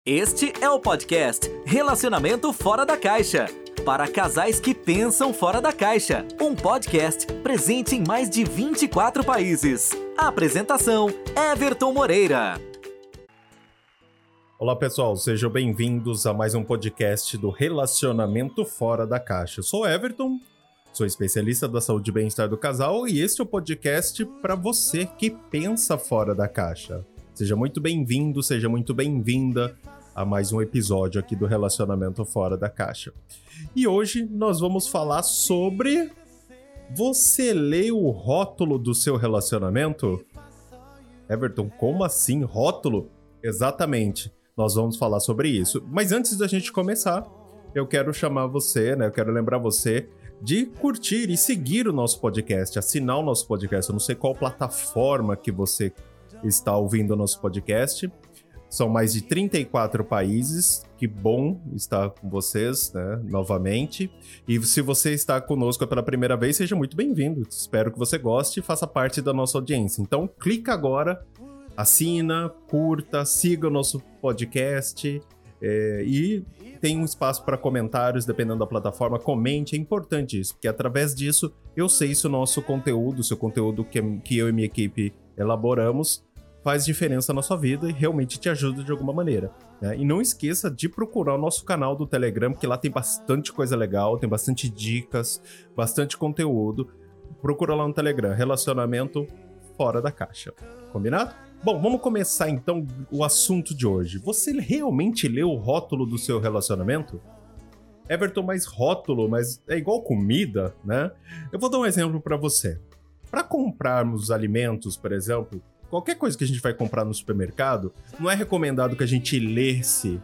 Este é o podcast Relacionamento Fora da Caixa. Para casais que pensam fora da caixa. Um podcast presente em mais de 24 países. Apresentação: Everton Moreira. Olá pessoal, sejam bem-vindos a mais um podcast do Relacionamento Fora da Caixa. Eu sou Everton, sou especialista da saúde e bem-estar do casal e este é o podcast para você que pensa fora da caixa. Seja muito bem-vindo, seja muito bem-vinda a mais um episódio aqui do Relacionamento Fora da Caixa. E hoje nós vamos falar sobre... Você lê o rótulo do seu relacionamento? Everton, como assim rótulo? Exatamente, nós vamos falar sobre isso. Mas antes da gente começar, eu quero chamar você, eu quero lembrar você de curtir e seguir o nosso podcast, assinar o nosso podcast. Eu não sei qual plataforma que você está ouvindo o nosso podcast. São mais de 34 países. Que bom estar com vocês, novamente. E se você está conosco pela primeira vez, seja muito bem-vindo. Espero que você goste e faça parte da nossa audiência. Então, clica agora, assina, curta, siga o nosso podcast e tem um espaço para comentários, dependendo da plataforma. Comente, é importante isso, porque através disso eu sei se o nosso conteúdo, se o conteúdo que eu e minha equipe elaboramos faz diferença na sua vida e realmente te ajuda de alguma maneira. E não esqueça de procurar o nosso canal do Telegram, que lá tem bastante coisa legal, tem bastante dicas, bastante conteúdo. Procura lá no Telegram, Relacionamento Fora da Caixa. Combinado? Bom, vamos começar então o assunto de hoje. Você realmente leu o rótulo do seu relacionamento? Everton, mas rótulo, mas é igual comida, né? Eu vou dar um exemplo para você. Para comprarmos alimentos, por exemplo, qualquer coisa que a gente vai comprar no supermercado, não é recomendado que a gente lesse,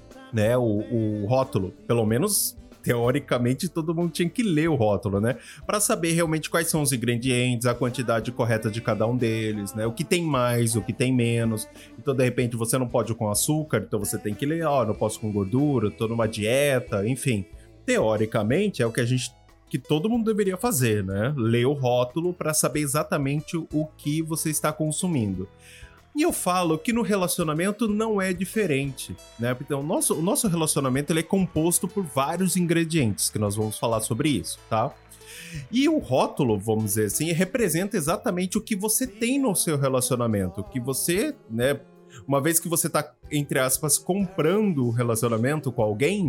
o rótulo. Pelo menos, teoricamente, todo mundo tinha que ler o rótulo, para saber realmente quais são os ingredientes, a quantidade correta de cada um deles, o que tem mais, o que tem menos. Então, de repente, você não pode com açúcar, então você tem que ler, não posso com gordura, tô numa dieta, enfim. Teoricamente, é o que todo mundo deveria fazer, Ler o rótulo para saber exatamente o que você está consumindo. E eu falo que no relacionamento não é diferente, Então, o nosso relacionamento ele é composto por vários ingredientes, que nós vamos falar sobre isso, tá? E o rótulo, vamos dizer assim, representa exatamente o que você tem no seu relacionamento, o que você, uma vez que você está, entre aspas, comprando o relacionamento com alguém,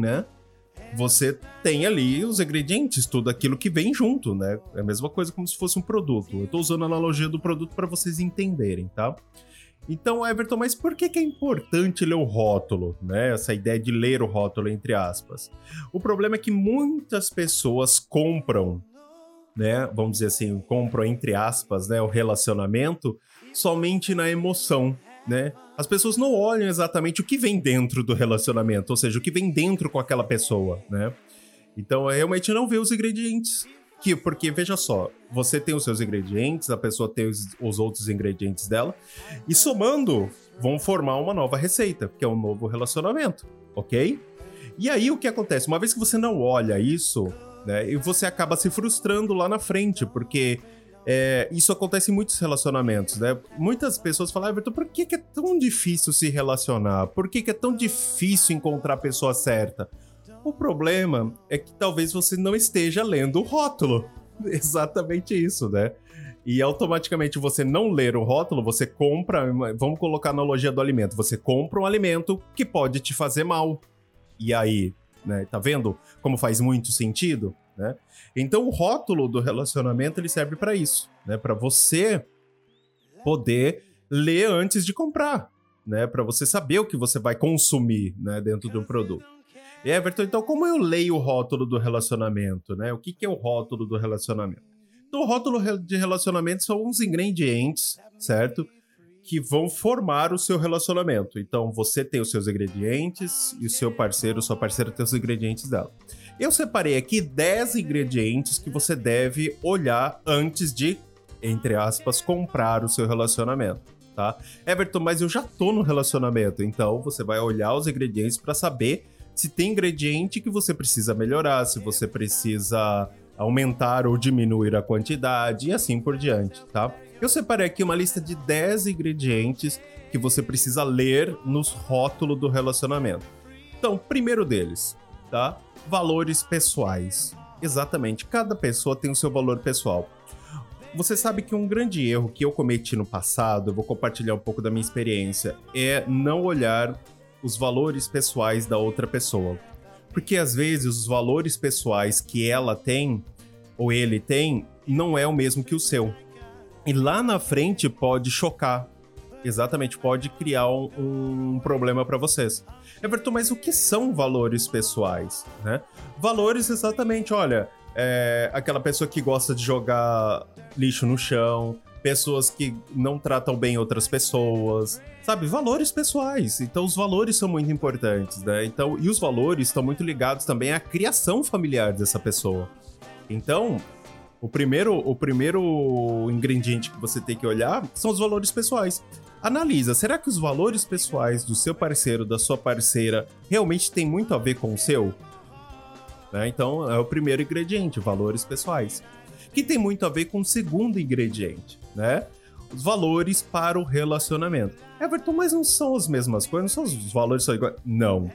você tem ali os ingredientes, tudo aquilo que vem junto, É a mesma coisa como se fosse um produto. Eu tô usando a analogia do produto para vocês entenderem, tá? Então, Everton, mas por que é importante ler o rótulo, Essa ideia de ler o rótulo, entre aspas. O problema é que muitas pessoas compram, vamos dizer assim, compram, entre aspas, o relacionamento somente na emoção, As pessoas não olham exatamente o que vem dentro do relacionamento, ou seja, o que vem dentro com aquela pessoa, Então, realmente não vê os ingredientes. Porque, veja só, você tem os seus ingredientes, a pessoa tem os outros ingredientes dela, e somando, vão formar uma nova receita, que é um novo relacionamento, ok? E aí, o que acontece? Uma vez que você não olha isso, e você acaba se frustrando lá na frente, porque... isso acontece em muitos relacionamentos, Muitas pessoas falam, Everton, por que é tão difícil se relacionar? Por que é tão difícil encontrar a pessoa certa? O problema é que talvez você não esteja lendo o rótulo. Exatamente isso, E automaticamente você não ler o rótulo, você compra... Vamos colocar a analogia do alimento. Você compra um alimento que pode te fazer mal. E aí, tá vendo como faz muito sentido? Então o rótulo do relacionamento ele serve para isso, para você poder ler antes de comprar, para você saber o que você vai consumir, dentro de um produto. E Everton, então como eu leio o rótulo do relacionamento, O que é o rótulo do relacionamento? Então o rótulo de relacionamento são uns ingredientes, certo? Que vão formar o seu relacionamento. Então você tem os seus ingredientes e o seu parceiro, sua parceira tem os ingredientes dela. Eu separei aqui 10 ingredientes que você deve olhar antes de, entre aspas, comprar o seu relacionamento, tá? Everton, mas eu já tô no relacionamento, então você vai olhar os ingredientes para saber se tem ingrediente que você precisa melhorar, se você precisa aumentar ou diminuir a quantidade e assim por diante, tá? Eu separei aqui uma lista de 10 ingredientes que você precisa ler nos rótulos do relacionamento. Então, primeiro deles, tá? Valores pessoais. Exatamente, cada pessoa tem o seu valor pessoal. Você sabe que um grande erro que eu cometi no passado, eu vou compartilhar um pouco da minha experiência, é não olhar os valores pessoais da outra pessoa. Porque às vezes os valores pessoais que ela tem, ou ele tem, não é o mesmo que o seu. E lá na frente pode chocar. Exatamente, pode criar um problema para vocês. Everton, mas o que são valores pessoais, né? Valores, exatamente, olha, aquela pessoa que gosta de jogar lixo no chão, pessoas que não tratam bem outras pessoas, sabe? Valores pessoais. Então, os valores são muito importantes, né? Então, e os valores estão muito ligados também à criação familiar dessa pessoa. Então, o primeiro ingrediente que você tem que olhar são os valores pessoais. Analisa, será que os valores pessoais do seu parceiro, da sua parceira, realmente tem muito a ver com o seu? Né? Então, é o primeiro ingrediente, valores pessoais. Que tem muito a ver com o segundo ingrediente, né? Os valores para o relacionamento. Everton, mas não são as mesmas coisas? Não são os valores são iguais? Não.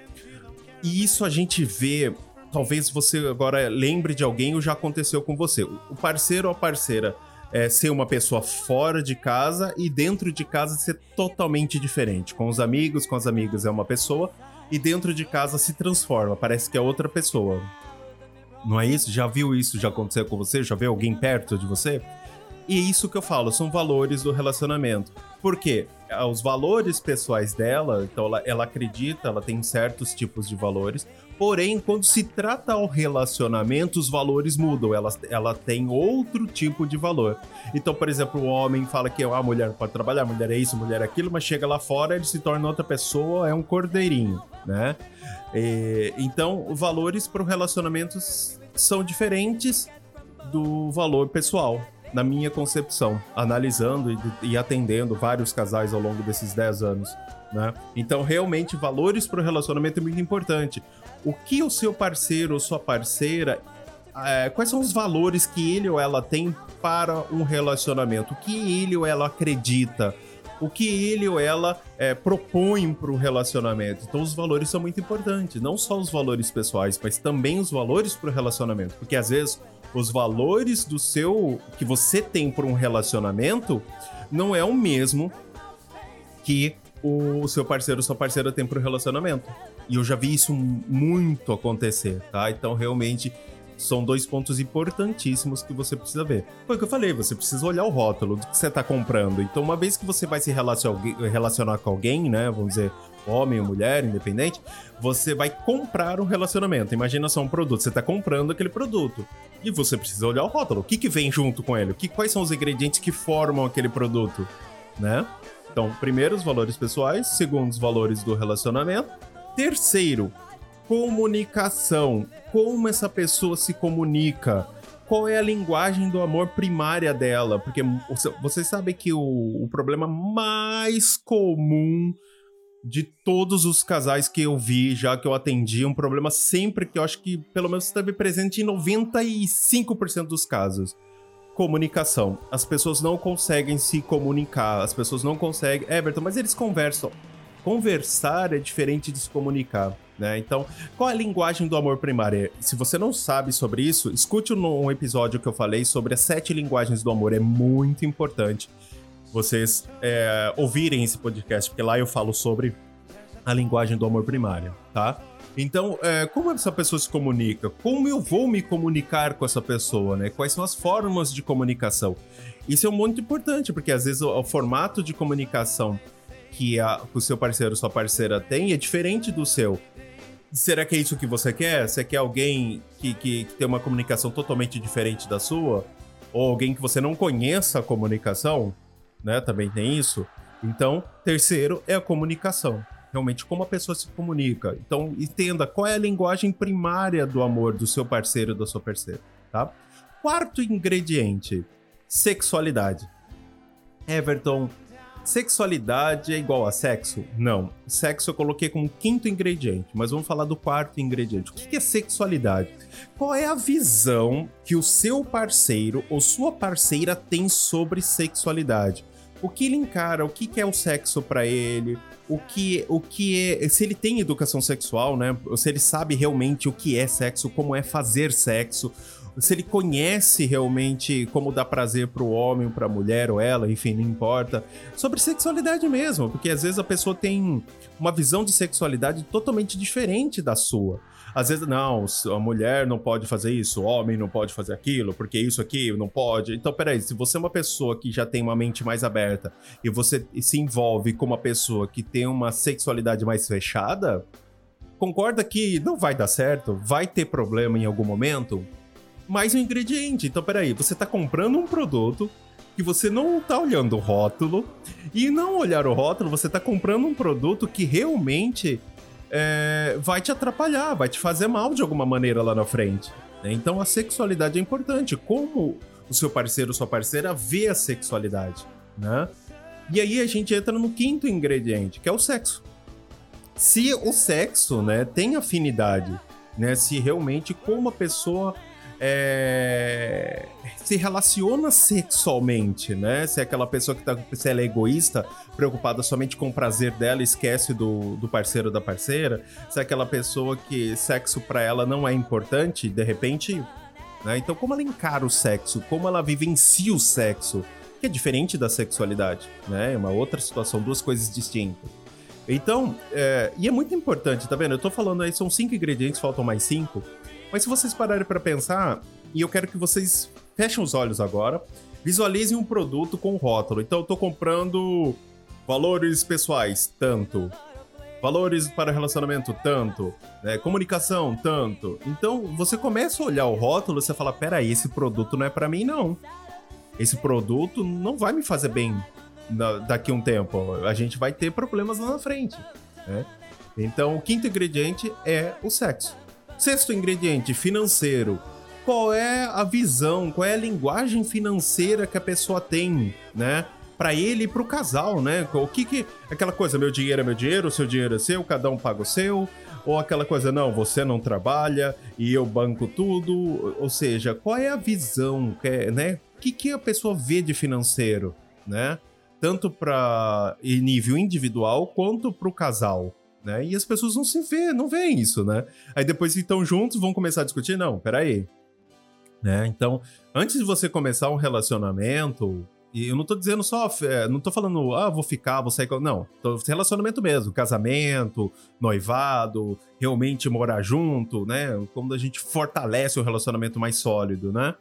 E isso a gente vê... Talvez você agora lembre de alguém ou já aconteceu com você. O parceiro ou a parceira ser uma pessoa fora de casa e dentro de casa ser totalmente diferente. Com os amigos, com as amigas é uma pessoa e dentro de casa se transforma, parece que é outra pessoa. Não é isso? Já viu isso? Já aconteceu com você? Já viu alguém perto de você? E é isso que eu falo, são valores do relacionamento. Por quê? Os valores pessoais dela, então ela acredita, ela tem certos tipos de valores, porém, quando se trata ao relacionamento, os valores mudam, ela tem outro tipo de valor. Então, por exemplo, o homem fala que a mulher pode trabalhar, a mulher é isso, a mulher é aquilo, mas chega lá fora, ele se torna outra pessoa, é um cordeirinho, né? Então, os valores para o relacionamento são diferentes do valor pessoal. Na minha concepção, analisando e atendendo vários casais ao longo desses 10 anos, né? Então, realmente, valores para o relacionamento é muito importante. O que o seu parceiro ou sua parceira... quais são os valores que ele ou ela tem para um relacionamento? O que ele ou ela acredita? O que ele ou ela propõe para o relacionamento? Então, os valores são muito importantes. Não só os valores pessoais, mas também os valores para o relacionamento. Porque, às vezes... os valores que você tem por um relacionamento não é o mesmo que o seu parceiro ou sua parceira tem pro relacionamento. E eu já vi isso muito acontecer, tá? Então, realmente, são 2 pontos importantíssimos que você precisa ver. Foi o que eu falei, você precisa olhar o rótulo do que você tá comprando. Então, uma vez que você vai se relacionar com alguém, né? Vamos dizer, homem ou mulher, independente, você vai comprar um relacionamento. Imagina só um produto, você tá comprando aquele produto. E você precisa olhar o rótulo. O que vem junto com ele? Quais são os ingredientes que formam aquele produto, né? Então, primeiro, os valores pessoais. Segundo, os valores do relacionamento. Terceiro, comunicação. Como essa pessoa se comunica? Qual é a linguagem do amor primária dela? Porque vocês sabem que o problema mais comum de todos os casais que eu vi, já que eu atendi, um problema sempre que eu acho que pelo menos esteve presente em 95% dos casos. Comunicação. As pessoas não conseguem se comunicar, as pessoas não conseguem... Everton, mas eles conversam. Conversar é diferente de se comunicar, né? Então, qual é a linguagem do amor primário? Se você não sabe sobre isso, escute um episódio que eu falei sobre as 7 linguagens do amor, é muito importante vocês ouvirem esse podcast, porque lá eu falo sobre a linguagem do amor primária, tá? Então, como essa pessoa se comunica? Como eu vou me comunicar com essa pessoa, né? Quais são as formas de comunicação? Isso é muito importante, porque às vezes o formato de comunicação que o seu parceiro ou sua parceira tem é diferente do seu. Será que é isso que você quer? Você quer alguém que tem uma comunicação totalmente diferente da sua? Ou alguém que você não conheça a comunicação? Né? Também tem isso. Então, terceiro é a comunicação. Realmente, como a pessoa se comunica. Então, entenda qual é a linguagem primária do amor do seu parceiro ou da sua parceira, tá? Quarto ingrediente, sexualidade. Everton, Sexualidade é igual a sexo? Não. Sexo eu coloquei como quinto ingrediente, mas vamos falar do quarto ingrediente. O que é sexualidade? Qual é a visão que o seu parceiro ou sua parceira tem sobre sexualidade? O que ele encara, o que é o sexo pra ele, o que é, se ele tem educação sexual, né? Se ele sabe realmente o que é sexo, como é fazer sexo, se ele conhece realmente como dar prazer pro homem, pra mulher ou ela, enfim, não importa. Sobre sexualidade mesmo, porque às vezes a pessoa tem uma visão de sexualidade totalmente diferente da sua. Às vezes, não, a mulher não pode fazer isso, o homem não pode fazer aquilo, porque isso aqui não pode. Então, peraí, se você é uma pessoa que já tem uma mente mais aberta e você se envolve com uma pessoa que tem uma sexualidade mais fechada, concorda que não vai dar certo, vai ter problema em algum momento? Mais um ingrediente. Então, peraí, você tá comprando um produto que você não tá olhando o rótulo, e não olhar o rótulo, você tá comprando um produto que realmente vai te atrapalhar, vai te fazer mal de alguma maneira lá na frente. Então, a sexualidade é importante. Como o seu parceiro ou sua parceira vê a sexualidade, né? E aí a gente entra no quinto ingrediente, que é o sexo. Se o sexo, né, tem afinidade, né, se realmente como a pessoa se relaciona sexualmente, né? Se é aquela pessoa que se ela é egoísta, preocupada somente com o prazer dela, esquece do parceiro ou da parceira. Se é aquela pessoa que sexo pra ela não é importante, de repente, né? Então, como ela encara o sexo, como ela vivencia o sexo, que é diferente da sexualidade, né? É uma outra situação, duas coisas distintas. Então, e é muito importante, tá vendo? Eu tô falando aí, são 5 ingredientes, faltam mais 5. Mas se vocês pararem pra pensar, e eu quero que vocês fechem os olhos agora, visualizem um produto com rótulo. Então eu tô comprando valores pessoais, tanto. Valores para relacionamento, tanto. Comunicação, tanto. Então você começa a olhar o rótulo e você fala, peraí, esse produto não é pra mim, não. Esse produto não vai me fazer bem daqui a um tempo. A gente vai ter problemas lá na frente, né? Então o quinto ingrediente é o sexo. Sexto ingrediente, financeiro. Qual é a visão, qual é a linguagem financeira que a pessoa tem, né? Pra ele e pro casal, né? O que aquela coisa, meu dinheiro é meu dinheiro, o seu dinheiro é seu, cada um paga o seu. Ou aquela coisa, não, você não trabalha e eu banco tudo. Ou seja, qual é a visão, né? O que a pessoa vê de financeiro, né? Tanto pra em nível individual quanto pro casal. Né? E as pessoas não veem isso, né? Aí depois que estão juntos, vão começar a discutir, não, peraí. Né? Então, antes de você começar um relacionamento, e eu não tô dizendo só, não tô falando, vou ficar, vou sair, não, relacionamento mesmo, casamento, noivado, realmente morar junto, né? Como a gente fortalece um relacionamento mais sólido, né?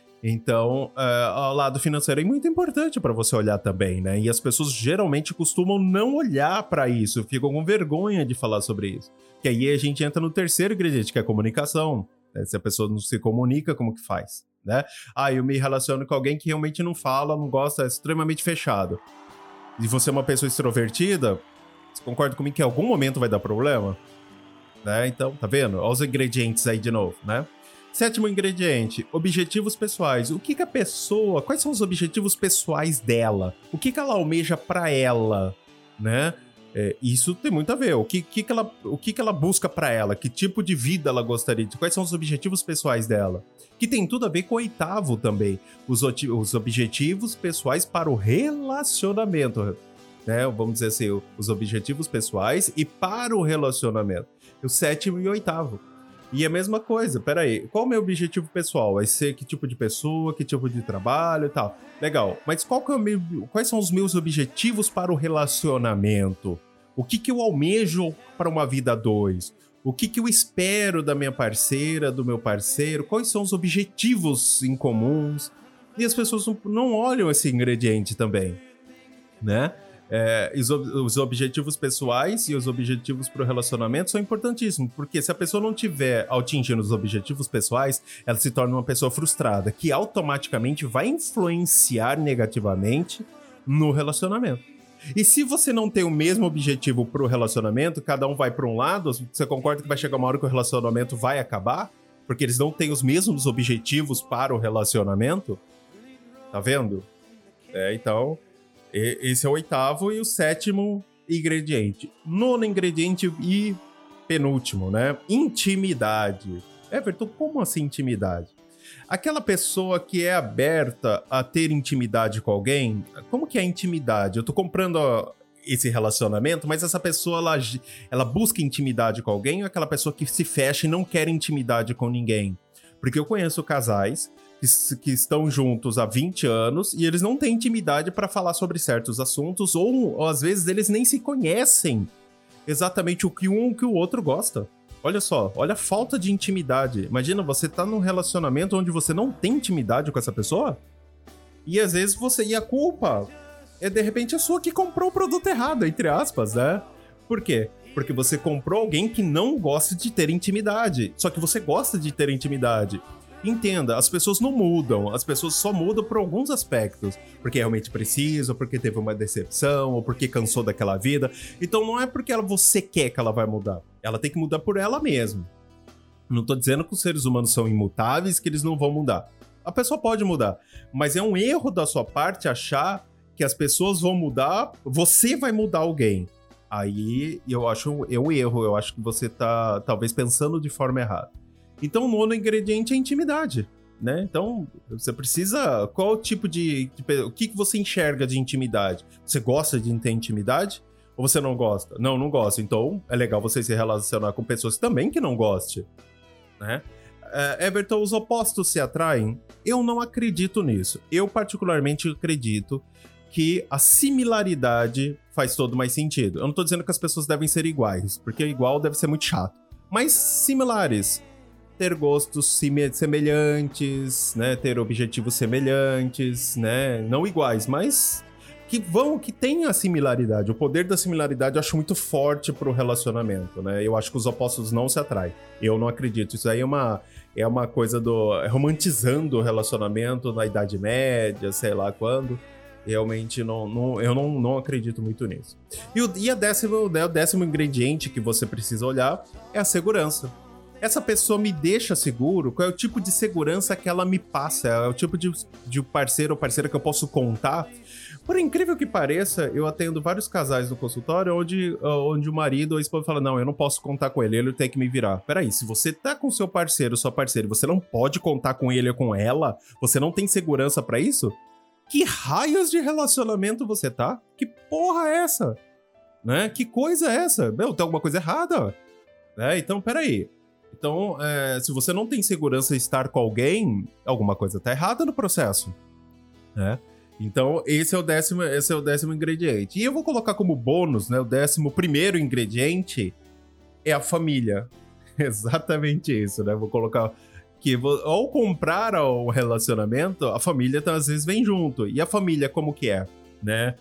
Então, o lado financeiro é muito importante para você olhar também, né? E as pessoas geralmente costumam não olhar para isso, ficam com vergonha de falar sobre isso. Que aí a gente entra no terceiro ingrediente, que é a comunicação. Né? Se a pessoa não se comunica, como que faz? Né? Eu me relaciono com alguém que realmente não fala, não gosta, é extremamente fechado. E você é uma pessoa extrovertida, você concorda comigo que em algum momento vai dar problema? Né? Então, tá vendo? Olha os ingredientes aí de novo, né? Sétimo ingrediente, objetivos pessoais. O que a pessoa... Quais são os objetivos pessoais dela? O que ela almeja pra ela, né? Isso tem muito a ver. O que ela busca pra ela? Que tipo de vida ela gostaria de... Quais são os objetivos pessoais dela? Que tem tudo a ver com o oitavo também. Os objetivos pessoais para o relacionamento. Né? Vamos dizer assim, os objetivos pessoais e para o relacionamento. O sétimo e o oitavo. E a mesma coisa, peraí, qual é o meu objetivo pessoal? Vai ser que tipo de pessoa, que tipo de trabalho e tal. Legal, mas quais são os meus objetivos para o relacionamento? O que eu almejo para uma vida a dois? O que eu espero da minha parceira, do meu parceiro? Quais são os objetivos em comuns? E as pessoas não olham esse ingrediente também, né? Os objetivos pessoais e os objetivos para o relacionamento são importantíssimos, porque se a pessoa não tiver atingindo os objetivos pessoais, ela se torna uma pessoa frustrada, que automaticamente vai influenciar negativamente no relacionamento. E se você não tem o mesmo objetivo para o relacionamento, cada um vai para um lado, você concorda que vai chegar uma hora que o relacionamento vai acabar? Porque eles não têm os mesmos objetivos para o relacionamento? Tá vendo? Então... Esse é o 8º e o 7º ingrediente. 9º ingrediente e penúltimo, né? Intimidade. Everton, como assim intimidade? Aquela pessoa que é aberta a ter intimidade com alguém, como que é intimidade? Eu tô comprando esse relacionamento, mas essa pessoa, ela busca intimidade com alguém, ou é aquela pessoa que se fecha e não quer intimidade com ninguém? Porque eu conheço casais que estão juntos há 20 anos e eles não têm intimidade para falar sobre certos assuntos, ou às vezes eles nem se conhecem exatamente o que o outro gosta. Olha só, olha a falta de intimidade. Imagina, você tá num relacionamento onde você não tem intimidade com essa pessoa, e às vezes e a culpa é de repente a sua que comprou o produto errado, entre aspas, né? Por quê? Porque você comprou alguém que não gosta de ter intimidade, só que você gosta de ter intimidade. Entenda, as pessoas não mudam, as pessoas só mudam por alguns aspectos, porque realmente precisa, ou porque teve uma decepção, ou porque cansou daquela vida. Então não é porque você quer que ela vai mudar, ela tem que mudar por ela mesma. Não tô dizendo que os seres humanos são imutáveis, que eles não vão mudar. A pessoa pode mudar, mas é um erro da sua parte achar que as pessoas vão mudar, você vai mudar alguém. Aí eu acho um erro, eu acho que você tá talvez pensando de forma errada. Então o 9º ingrediente é intimidade, né? Então você precisa... Qual tipo o que você enxerga de intimidade? Você gosta de ter intimidade? Ou você não gosta? Não gosta. Então é legal você se relacionar com pessoas também que não gostem, né? Everton, os opostos se atraem? Eu não acredito nisso. Eu particularmente acredito que a similaridade faz todo mais sentido. Eu não tô dizendo que as pessoas devem ser iguais, porque igual deve ser muito chato. Mas similares. Ter gostos semelhantes, né? Ter objetivos semelhantes, né? Não iguais, mas que tenham a similaridade. O poder da similaridade eu acho muito forte pro relacionamento, né? Eu acho que os opostos não se atraem. Eu não acredito. Isso aí é uma coisa romantizando o relacionamento na Idade Média, sei lá quando. Realmente eu não acredito muito nisso. E o 10º ingrediente que você precisa olhar é a segurança. Essa pessoa me deixa seguro? Qual é o tipo de segurança que ela me passa? É o tipo de parceiro ou parceira que eu posso contar? Por incrível que pareça, eu atendo vários casais no consultório onde o marido ou a esposa fala: não, eu não posso contar com ele tem que me virar. Peraí, se você tá com seu parceiro, sua parceira, e você não pode contar com ele ou com ela, você não tem segurança pra isso? Que raios de relacionamento você tá? Que porra é essa? Né? Que coisa é essa? Meu, tem alguma coisa errada? Então, peraí. Então, se você não tem segurança em estar com alguém, alguma coisa tá errada no processo, né? Então, esse é o 10º ingrediente. E eu vou colocar como bônus, né? O 11º ingrediente é a família. Exatamente isso, né? Vou colocar que ao comprar o relacionamento, a família às vezes vem junto. E a família como que é, né?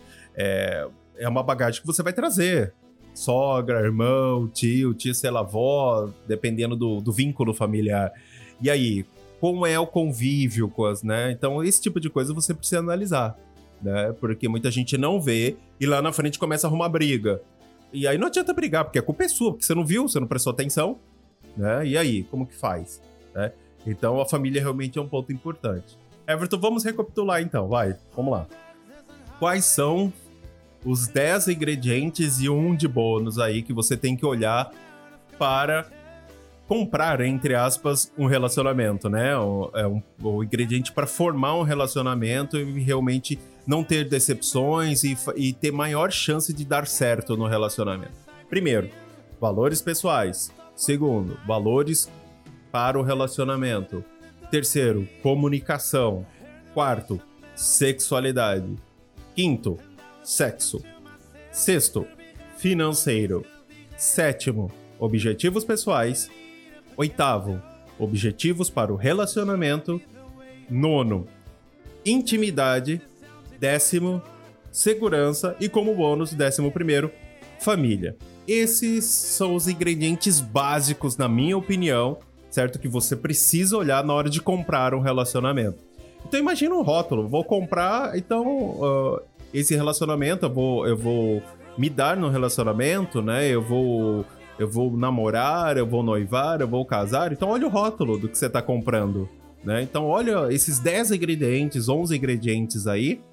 É uma bagagem que você vai trazer. Sogra, irmão, tio, sei lá, avó, dependendo do vínculo familiar. E aí, como é o convívio com as, né? Então, esse tipo de coisa você precisa analisar, né? Porque muita gente não vê e lá na frente começa a arrumar briga. E aí não adianta brigar, porque a culpa é sua, porque você não viu, você não prestou atenção, né? E aí, como que faz, né? Então, a família realmente é um ponto importante. Everton, vamos recapitular então, vai, vamos lá. Quais são os 10 ingredientes e um de bônus aí que você tem que olhar para comprar, entre aspas, um relacionamento, né? O ingrediente para formar um relacionamento e realmente não ter decepções e ter maior chance de dar certo no relacionamento. Primeiro, valores pessoais. Segundo, valores para o relacionamento. Terceiro, comunicação. Quarto, sexualidade. Quinto, sexo. Sexto, financeiro. Sétimo, objetivos pessoais. Oitavo, objetivos para o relacionamento. Nono, intimidade. Décimo, segurança. E como bônus, 11º, família. Esses são os ingredientes básicos, na minha opinião, certo? Que você precisa olhar na hora de comprar um relacionamento. Então imagina um rótulo, vou comprar, então esse relacionamento, eu vou me dar no relacionamento, né? Eu vou namorar, eu vou noivar, eu vou casar. Então olha o rótulo do que você tá comprando, né? Então olha esses 10 ingredientes, 11 ingredientes aí,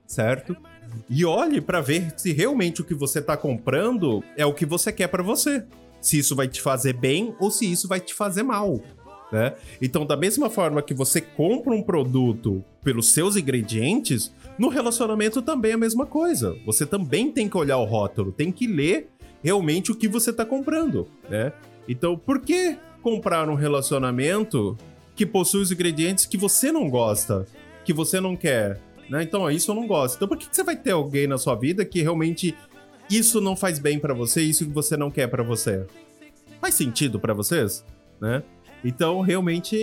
certo? E olhe para ver se realmente o que você tá comprando é o que você quer para você. Se isso vai te fazer bem ou se isso vai te fazer mal, né? Então, da mesma forma que você compra um produto pelos seus ingredientes, no relacionamento também é a mesma coisa. Você também tem que olhar o rótulo, tem que ler realmente o que você tá comprando, né? Então, por que comprar um relacionamento que possui os ingredientes que você não gosta, que você não quer? Né? Então, isso eu não gosto. Então, por que você vai ter alguém na sua vida que realmente isso não faz bem pra você, isso que você não quer pra você? Faz sentido pra vocês? Né? Então, realmente,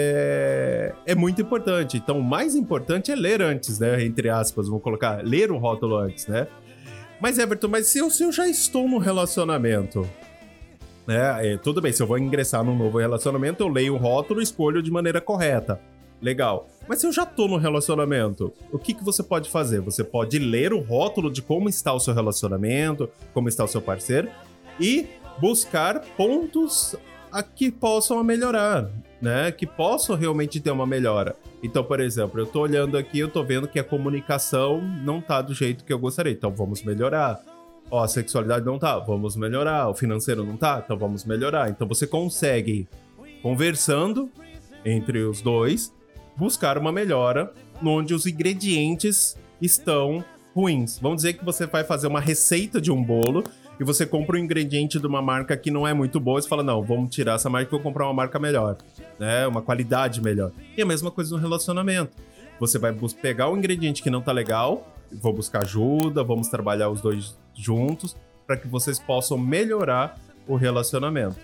é muito importante. Então, o mais importante é ler antes, né? Entre aspas, vamos colocar, ler o rótulo antes, né? Mas, Everton, se eu já estou no relacionamento, né? Tudo bem, se eu vou ingressar num novo relacionamento, eu leio o rótulo e escolho de maneira correta. Legal. Mas se eu já tô no relacionamento, o que você pode fazer? Você pode ler o rótulo de como está o seu relacionamento, como está o seu parceiro, e buscar pontos que possam melhorar, né? Que possam realmente ter uma melhora. Então, por exemplo, eu tô olhando aqui, eu tô vendo que a comunicação não tá do jeito que eu gostaria. Então, vamos melhorar. Ó, a sexualidade não tá, vamos melhorar. O financeiro não tá, então vamos melhorar. Então, você consegue, conversando entre os dois, buscar uma melhora onde os ingredientes estão ruins. Vamos dizer que você vai fazer uma receita de um bolo e você compra um ingrediente de uma marca que não é muito boa e você fala, não, vamos tirar essa marca e vou comprar uma marca melhor, né? Uma qualidade melhor. E a mesma coisa no relacionamento. Você vai pegar um ingrediente que não tá legal, vou buscar ajuda, vamos trabalhar os dois juntos para que vocês possam melhorar o relacionamento.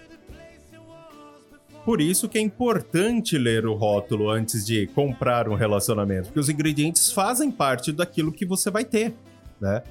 Por isso que é importante ler o rótulo antes de comprar um relacionamento, porque os ingredientes fazem parte daquilo que você vai ter, né?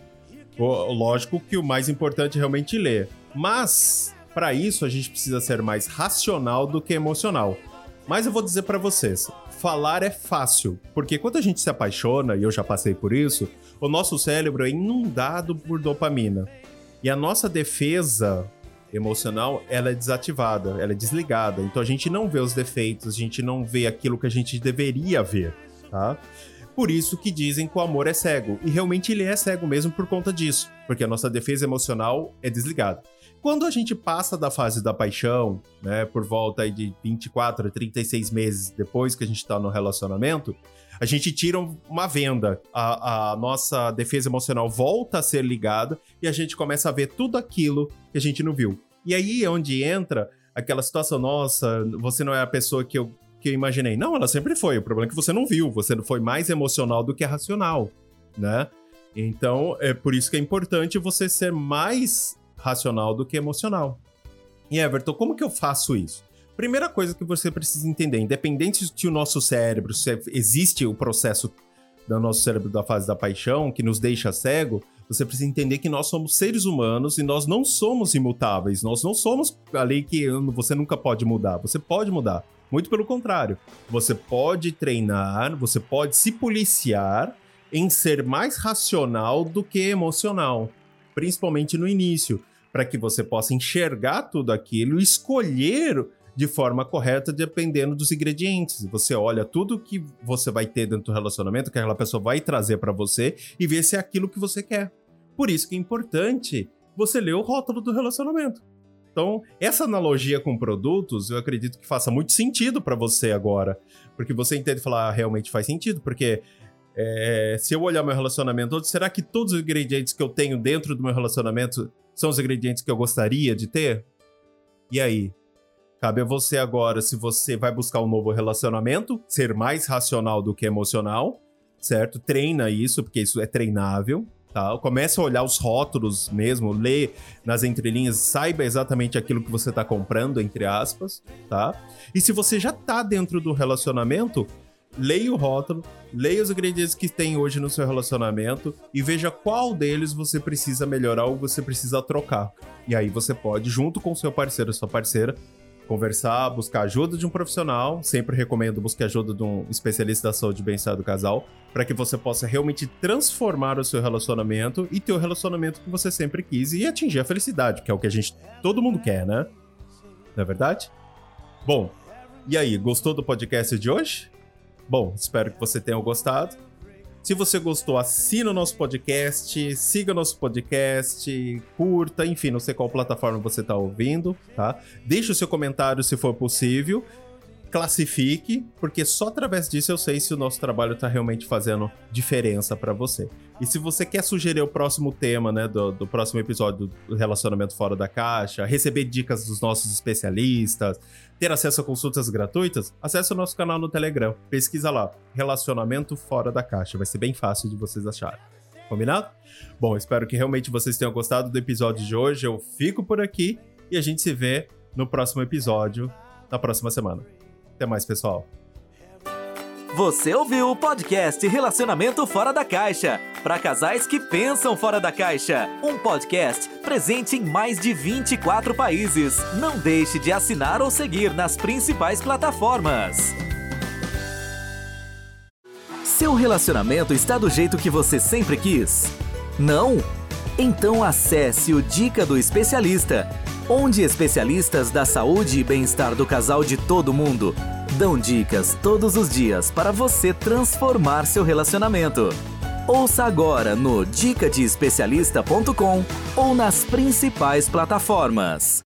Lógico que o mais importante é realmente ler, mas para isso a gente precisa ser mais racional do que emocional. Mas eu vou dizer para vocês, falar é fácil, porque quando a gente se apaixona, e eu já passei por isso, o nosso cérebro é inundado por dopamina. E a nossa defesa emocional, ela é desativada, ela é desligada. Então a gente não vê os defeitos, a gente não vê aquilo que a gente deveria ver, tá? Por isso que dizem que o amor é cego. E realmente ele é cego mesmo por conta disso, porque a nossa defesa emocional é desligada. Quando a gente passa da fase da paixão, né, por volta aí de 24 a 36 meses depois que a gente tá no relacionamento, a gente tira uma venda, a nossa defesa emocional volta a ser ligada e a gente começa a ver tudo aquilo que a gente não viu. E aí é onde entra aquela situação, nossa, você não é a pessoa que eu imaginei. Não, ela sempre foi, o problema é que você não viu, você foi mais emocional do que racional, né? Então, é por isso que é importante você ser mais racional do que emocional. E Everton, como que eu faço isso? Primeira coisa que você precisa entender, independente se o nosso cérebro, se existe o processo do nosso cérebro da fase da paixão, que nos deixa cego, você precisa entender que nós somos seres humanos e nós não somos imutáveis, nós não somos a lei que você nunca pode mudar, você pode mudar. Muito pelo contrário, você pode treinar, você pode se policiar em ser mais racional do que emocional, principalmente no início, para que você possa enxergar tudo aquilo e escolher de forma correta, dependendo dos ingredientes. Você olha tudo que você vai ter dentro do relacionamento, que aquela pessoa vai trazer para você e ver se é aquilo que você quer. Por isso que é importante você ler o rótulo do relacionamento. Então, essa analogia com produtos, eu acredito que faça muito sentido para você agora, porque você entende falar, realmente faz sentido, porque se eu olhar meu relacionamento, será que todos os ingredientes que eu tenho dentro do meu relacionamento são os ingredientes que eu gostaria de ter? E aí? Cabe a você agora se você vai buscar um novo relacionamento, ser mais racional do que emocional, certo? Treina isso, porque isso é treinável, tá? Começa a olhar os rótulos mesmo, lê nas entrelinhas, saiba exatamente aquilo que você tá comprando, entre aspas, tá? E se você já tá dentro do relacionamento, leia o rótulo, leia os ingredientes que tem hoje no seu relacionamento e veja qual deles você precisa melhorar ou você precisa trocar. E aí você pode, junto com o seu parceiro ou sua parceira, conversar, buscar ajuda de um profissional. Sempre recomendo buscar ajuda de um especialista da saúde e bem-estar do casal, para que você possa realmente transformar o seu relacionamento e ter o relacionamento que você sempre quis e atingir a felicidade, que é o que todo mundo quer, né? Não é verdade? Bom, e aí, gostou do podcast de hoje? Bom, espero que você tenha gostado. Se você gostou, assina o nosso podcast, siga o nosso podcast, curta, enfim, não sei qual plataforma você está ouvindo, tá? Deixe o seu comentário se for possível, classifique, porque só através disso eu sei se o nosso trabalho está realmente fazendo diferença para você. E se você quer sugerir o próximo tema, né, do próximo episódio do Relacionamento Fora da Caixa, receber dicas dos nossos especialistas, ter acesso a consultas gratuitas, acesse o nosso canal no Telegram. Pesquisa lá, Relacionamento Fora da Caixa. Vai ser bem fácil de vocês acharem. Combinado? Bom, espero que realmente vocês tenham gostado do episódio de hoje. Eu fico por aqui e a gente se vê no próximo episódio, na próxima semana. Até mais, pessoal. Você ouviu o podcast Relacionamento Fora da Caixa, para casais que pensam fora da caixa. Um podcast presente em mais de 24 países. Não deixe de assinar ou seguir nas principais plataformas. Seu relacionamento está do jeito que você sempre quis? Não? Então acesse o Dica do Especialista, onde especialistas da saúde e bem-estar do casal de todo mundo dão dicas todos os dias para você transformar seu relacionamento. Ouça agora no dicadeespecialista.com ou nas principais plataformas.